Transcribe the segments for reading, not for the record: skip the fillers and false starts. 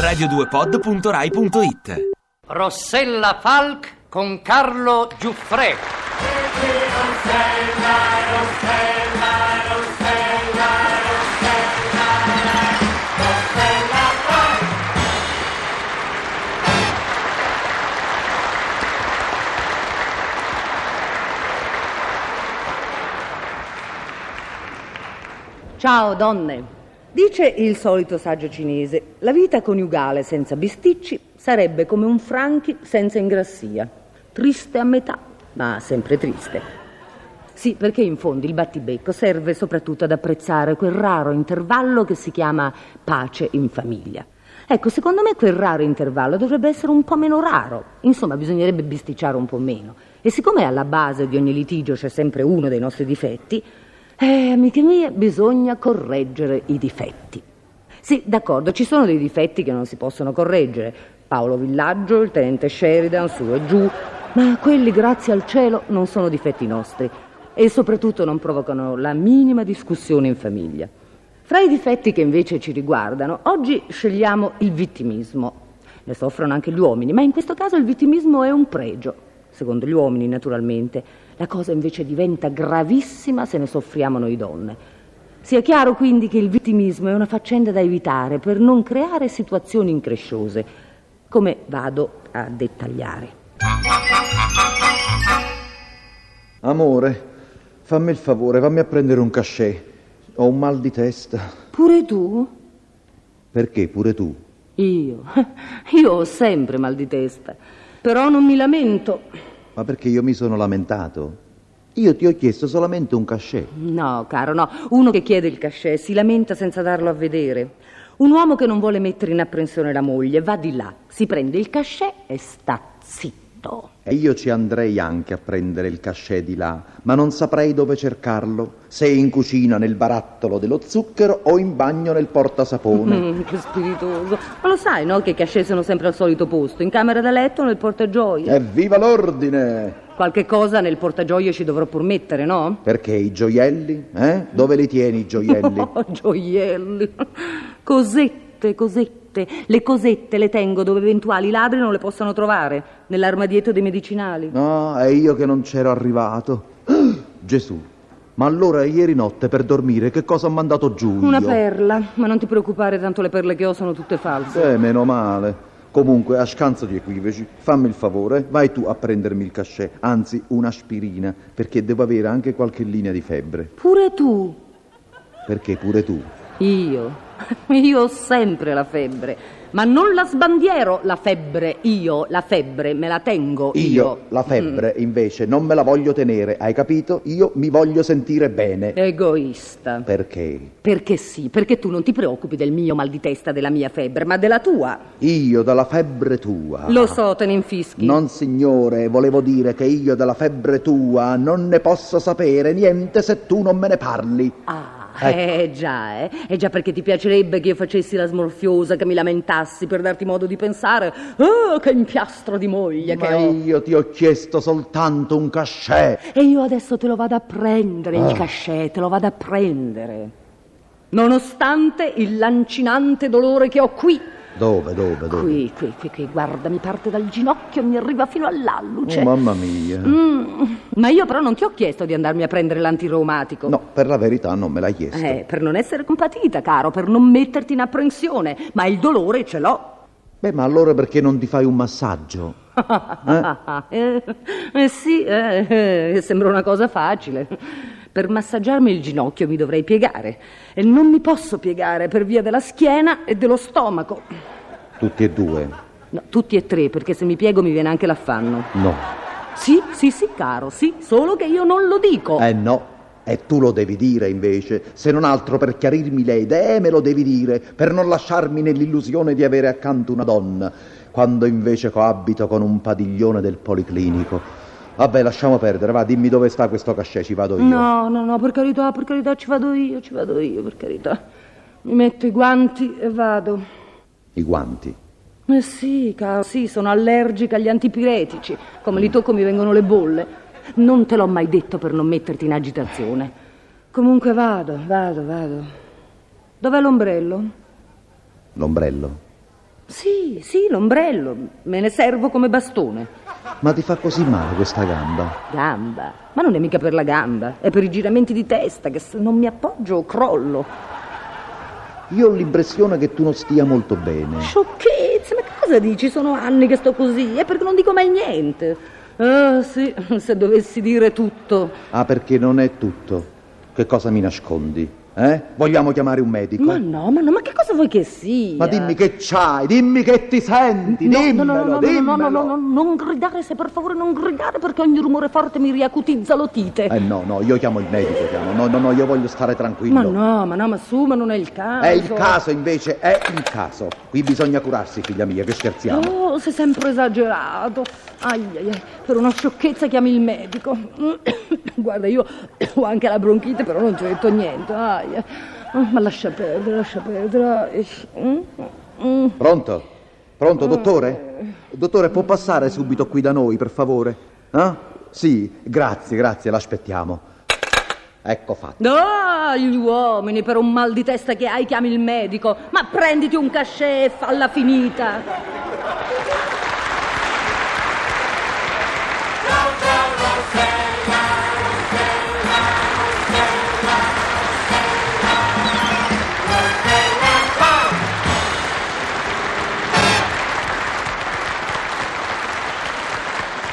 radio2pod.rai.it. Rossella Falk con Carlo Giuffre. Ciao donne. Dice il solito saggio cinese: la vita coniugale senza bisticci sarebbe come un Franchi senza ingrassia, triste a metà, ma sempre triste. Sì, perché in fondo il battibecco serve soprattutto ad apprezzare quel raro intervallo che si chiama pace in famiglia. Ecco, secondo me quel raro intervallo dovrebbe essere un po' meno raro. Insomma, bisognerebbe bisticciare un po' meno. E siccome alla base di ogni litigio c'è sempre uno dei nostri difetti, amiche mie, bisogna correggere i difetti. Sì, d'accordo, ci sono dei difetti che non si possono correggere. Paolo Villaggio, il tenente Sheridan, su e giù. Ma quelli, grazie al cielo, non sono difetti nostri. E soprattutto non provocano la minima discussione in famiglia. Fra i difetti che invece ci riguardano, oggi scegliamo il vittimismo. Ne soffrono anche gli uomini, ma in questo caso il vittimismo è un pregio. Secondo gli uomini, naturalmente. La cosa invece diventa gravissima se ne soffriamo noi donne. Sia chiaro quindi che il vittimismo è una faccenda da evitare per non creare situazioni incresciose, come vado a dettagliare. Amore, fammi il favore, vammi a prendere un cachet. Ho un mal di testa. Pure tu? Perché pure tu? Io ho sempre mal di testa, però non mi lamento. Ma perché io mi sono lamentato? Io ti ho chiesto solamente un cachet. No, caro, no. Uno che chiede il cachet si lamenta senza darlo a vedere. Un uomo che non vuole mettere in apprensione la moglie va di là, si prende il cachet e sta zitto. E io ci andrei anche a prendere il cachet di là, ma non saprei dove cercarlo, se in cucina nel barattolo dello zucchero o in bagno nel portasapone. Che spiritoso. Ma lo sai, no, che i cachet sono sempre al solito posto, in camera da letto o nel portagioie. Evviva l'ordine! Qualche cosa nel portagioie ci dovrò pur mettere, no? Perché i gioielli? Dove li tieni i gioielli? Oh, gioielli. Cosette. Le cosette le tengo dove eventuali ladri non le possano trovare, nell'armadietto dei medicinali. No, è io che non c'ero arrivato. Gesù, ma allora ieri notte per dormire che cosa ho mandato giù io? Una perla, ma non ti preoccupare, tanto le perle che ho sono tutte false. Meno male. Comunque, a scanso di equivoci, fammi il favore, vai tu a prendermi il cachet, anzi un'aspirina, perché devo avere anche qualche linea di febbre. Pure tu? Perché pure tu? Io ho sempre la febbre, ma non la sbandiero la febbre, la febbre me la tengo io. La febbre invece non me la voglio tenere, hai capito? Io mi voglio sentire bene. Egoista. Perché? Perché sì, perché tu non ti preoccupi del mio mal di testa, della mia febbre, ma della tua. Io della febbre tua? Lo so, te ne infischi. Non signore, volevo dire che io della febbre tua non ne posso sapere niente se tu non me ne parli. Già, perché ti piacerebbe che io facessi la smorfiosa, che mi lamentassi per darti modo di pensare che impiastro di moglie che ho. Ma io ti ho chiesto soltanto un cachet. E io adesso te lo vado a prendere, il cachet, te lo vado a prendere. Nonostante il lancinante dolore che ho qui. Dove? Qui, guarda, mi parte dal ginocchio e mi arriva fino all'alluce. Oh, mamma mia. Ma io però non ti ho chiesto di andarmi a prendere l'antireumatico. No, per la verità non me l'hai chiesto. Per non essere compatita, caro, per non metterti in apprensione, ma il dolore ce l'ho. Beh, ma allora perché non ti fai un massaggio? Sì, sembra una cosa facile. Per massaggiarmi il ginocchio mi dovrei piegare e non mi posso piegare per via della schiena e dello stomaco. Tutti e due? No, tutti e tre, perché se mi piego mi viene anche l'affanno. No. Sì, caro, sì, solo che io non lo dico. No, e tu lo devi dire invece, se non altro per chiarirmi le idee me lo devi dire, per non lasciarmi nell'illusione di avere accanto una donna, quando invece coabito con un padiglione del policlinico. Vabbè, lasciamo perdere, va, dimmi dove sta questo cachet, ci vado io. No, per carità, ci vado io, per carità. Mi metto i guanti e vado. I guanti? Sì, caro, sì, sono allergica agli antipiretici. Come li tocco mi vengono le bolle. Non te l'ho mai detto per non metterti in agitazione. Comunque vado. Dov'è l'ombrello? L'ombrello? Sì, l'ombrello. Me ne servo come bastone. Ma ti fa così male questa gamba? Gamba? Ma non è mica per la gamba, è per i giramenti di testa, che se non mi appoggio crollo. Io ho l'impressione che tu non stia molto bene. Sciocchezza, ma cosa dici? Sono anni che sto così, è perché non dico mai niente. Ah, sì, se dovessi dire tutto. Ah, perché non è tutto. Che cosa mi nascondi? Vogliamo chiamare un medico? Ma no, ma che cosa vuoi che sia? Ma dimmi che c'hai, dimmi che ti senti, dimmelo. No, non gridare, se per favore non gridare, perché ogni rumore forte mi riacutizza l'otite. No, io chiamo il medico, No, io voglio stare tranquillo. Ma non è il caso. È il caso, invece, è il caso. Qui bisogna curarsi, figlia mia, che scherziamo. Oh, sei sempre esagerato. Ai, per una sciocchezza chiami il medico. Guarda, io ho anche la bronchite, però non ti ho detto niente. Ma lascia perdere. Pronto, dottore? Dottore, può passare subito qui da noi, per favore? Sì, grazie, l'aspettiamo. Ecco fatto. Gli uomini, per un mal di testa che hai chiami il medico. Ma prenditi un cachet e falla finita.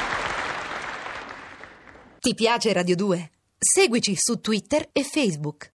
Ti piace Radio 2? Seguici su Twitter e Facebook.